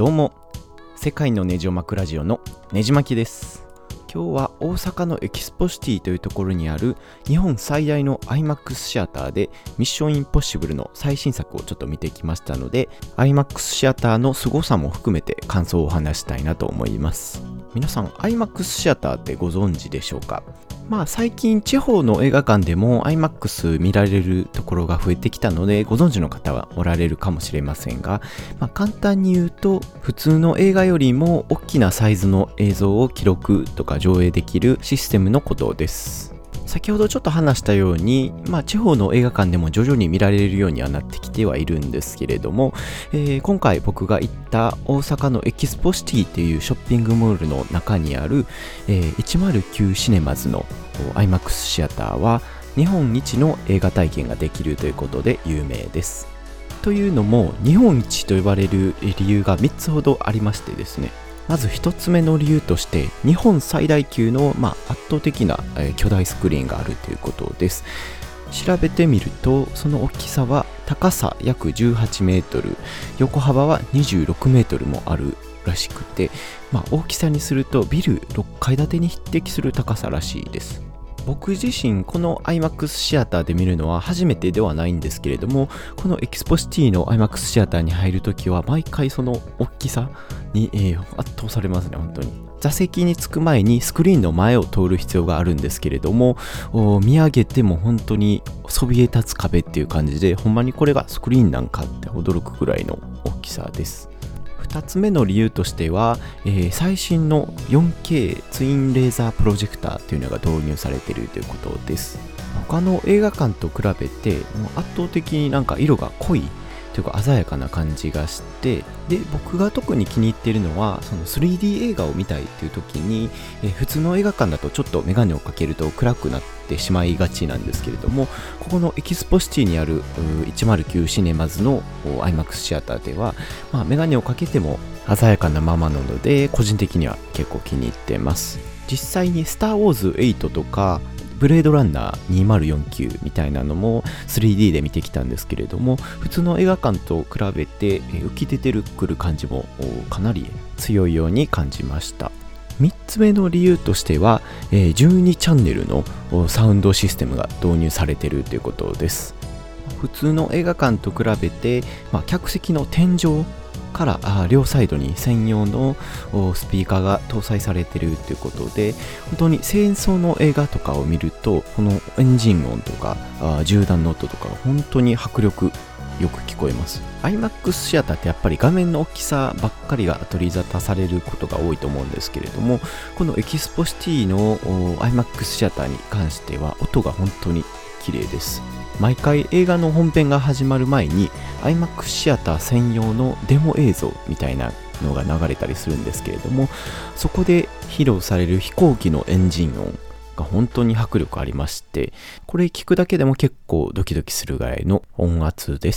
どうも、世界のネジを巻くラジオのネジ巻きです。今日は大阪のエキスポシティというところにある日本最大の IMAX シアターでミッションインポッシブルの最新作をちょっと見てきましたので、 IMAX シアターの凄さも含めて感想を話したいなと思います。皆さん IMAX シアターってご存知でしょうか？最近地方の映画館でも IMAX 見られるところが増えてきたのでご存知の方はおられるかもしれませんが、簡単に言うと普通の映画よりも大きなサイズの映像を記録とか上映できるシステムのことです。先ほどちょっと話したように、地方の映画館でも徐々に見られるようにはなってきてはいるんですけれども、今回僕が行った大阪のエキスポシティっていうショッピングモールの中にある、109シネマズの IMAX シアターは日本一の映画体験ができるということで有名です。というのも日本一と呼ばれる理由が3つほどありましてですね、まず1つ目の理由として日本最大級の、圧倒的な、巨大スクリーンがあるということです。調べてみるとその大きさは高さ約18メートル、横幅は26メートルもあるらしくて、大きさにするとビル6階建てに匹敵する高さらしいです。僕自身この IMAX シアターで見るのは初めてではないんですけれども、このエキスポシティの IMAX シアターに入るときは毎回その大きさに、圧倒されますね。本当に座席に着く前にスクリーンの前を通る必要があるんですけれども、見上げても本当にそびえ立つ壁っていう感じで、ほんまにこれがスクリーンなんかって驚くぐらいの大きさです。2つ目の理由としては、最新の 4K ツインレーザープロジェクターというのが導入されているということです。他の映画館と比べて圧倒的になんか色が濃いというか鮮やかな感じがして、で僕が特に気に入っているのはその 3D 映画を見たいという時に、普通の映画館だとちょっとメガネをかけると暗くなってしまいがちなんですけれども、ここのエキスポシティにある109シネマズの IMAX シアターでは、メガネをかけても鮮やかなままなので個人的には結構気に入ってます。実際にスターウォーズ8とかブレードランナー2049みたいなのも 3D で見てきたんですけれども、普通の映画館と比べて浮き出てくる感じもかなり強いように感じました。3つ目の理由としては、12チャンネルのサウンドシステムが導入されているということです。普通の映画館と比べて、客席の天井から両サイドに専用のスピーカーが搭載されているということで、本当に戦争の映画とかを見るとこのエンジン音とか銃弾の音とか本当に迫力よく聞こえます。 IMAX シアターってやっぱり画面の大きさばっかりが取り沙汰されることが多いと思うんですけれども、このエキスポシティの IMAX シアターに関しては音が本当に綺麗です。毎回映画の本編が始まる前に IMAX シアター専用のデモ映像みたいなのが流れたりするんですけれども、そこで披露される飛行機のエンジン音が本当に迫力ありまして、これ聞くだけでも結構ドキドキするぐらいの音圧です。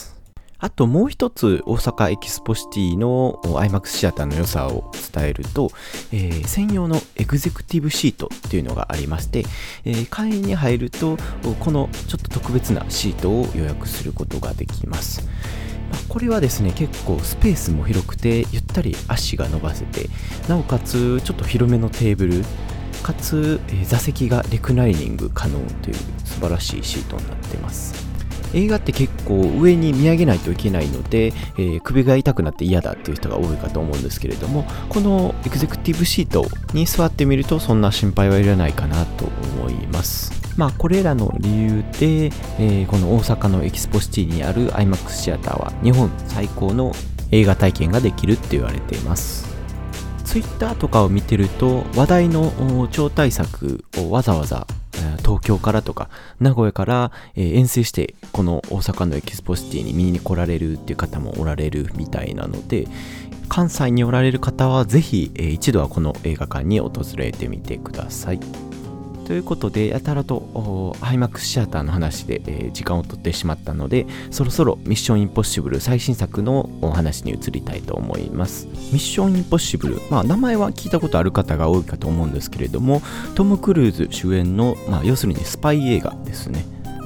あともう一つ大阪エキスポシティの IMAX シアターの良さを伝えると、専用のエグゼクティブシートっていうのがありまして、会員に入るとこのちょっと特別なシートを予約することができます。これはですね、結構スペースも広くてゆったり足が伸ばせて、なおかつちょっと広めのテーブルかつ、座席がリクライニング可能という素晴らしいシートになっています。映画って結構上に見上げないといけないので、首が痛くなって嫌だっていう人が多いかと思うんですけれども、このエグゼクティブシートに座ってみるとそんな心配はいらないかなと思います。これらの理由で、この大阪のエキスポシティにある IMAX シアターは日本最高の映画体験ができるって言われています。ツイッターとかを見てると話題の超大作をわざわざ東京からとか名古屋から遠征してこの大阪のエキスポシティに見に来られるっていう方もおられるみたいなので、関西におられる方はぜひ一度はこの映画館に訪れてみてください。ということでやたらとIMAX シアターの話で、時間を取ってしまったので、そろそろミッションインポッシブル最新作のお話に移りたいと思います。ミッションインポッシブル、名前は聞いたことある方が多いかと思うんですけれども、トム・クルーズ主演の、要するにスパイ映画ですね。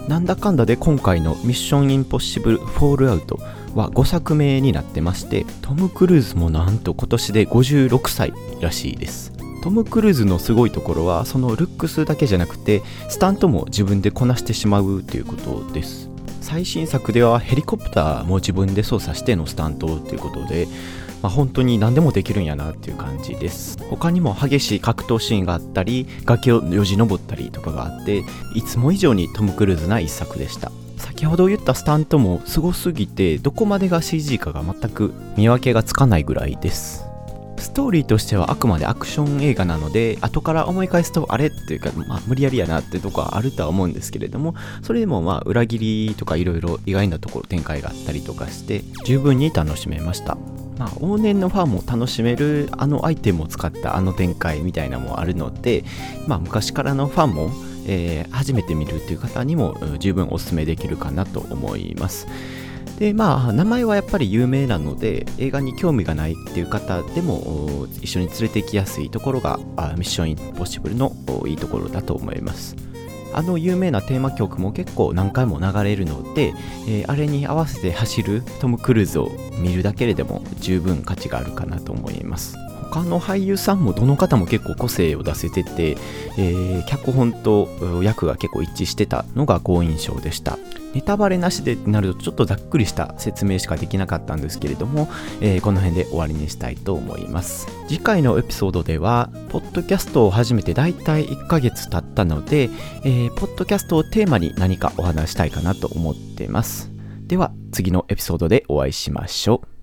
なんだかんだで今回のミッションインポッシブルフォールアウトは5作目になってまして、トム・クルーズもなんと今年で56歳らしいです。トム・クルーズのすごいところはそのルックスだけじゃなくてスタントも自分でこなしてしまうということです。最新作ではヘリコプターも自分で操作してのスタントということで、本当に何でもできるんやなっていう感じです。他にも激しい格闘シーンがあったり崖をよじ登ったりとかがあって、いつも以上にトム・クルーズな一作でした。先ほど言ったスタントもすごすぎてどこまでが CG かが全く見分けがつかないぐらいです。ストーリーとしてはあくまでアクション映画なので、後から思い返すとあれっていうか、無理やりやなってとこはあるとは思うんですけれども、それでも裏切りとかいろいろ意外なところ展開があったりとかして十分に楽しめました。往年のファンも楽しめるあのアイテムを使ったあの展開みたいなのもあるので、昔からのファンも、初めて見るという方にも十分お勧めできるかなと思います。で名前はやっぱり有名なので映画に興味がないっていう方でも一緒に連れて行きやすいところがミッションインポッシブルのいいところだと思います。有名なテーマ曲も結構何回も流れるので、あれに合わせて走るトム・クルーズを見るだけでも十分価値があるかなと思います。他の俳優さんもどの方も結構個性を出せてて、脚本と役が結構一致してたのが好印象でした。ネタバレなしでなるとちょっとざっくりした説明しかできなかったんですけれども、この辺で終わりにしたいと思います。次回のエピソードではポッドキャストを始めてだいたい1ヶ月経ったので、ポッドキャストをテーマに何かお話したいかなと思っています。では次のエピソードでお会いしましょう。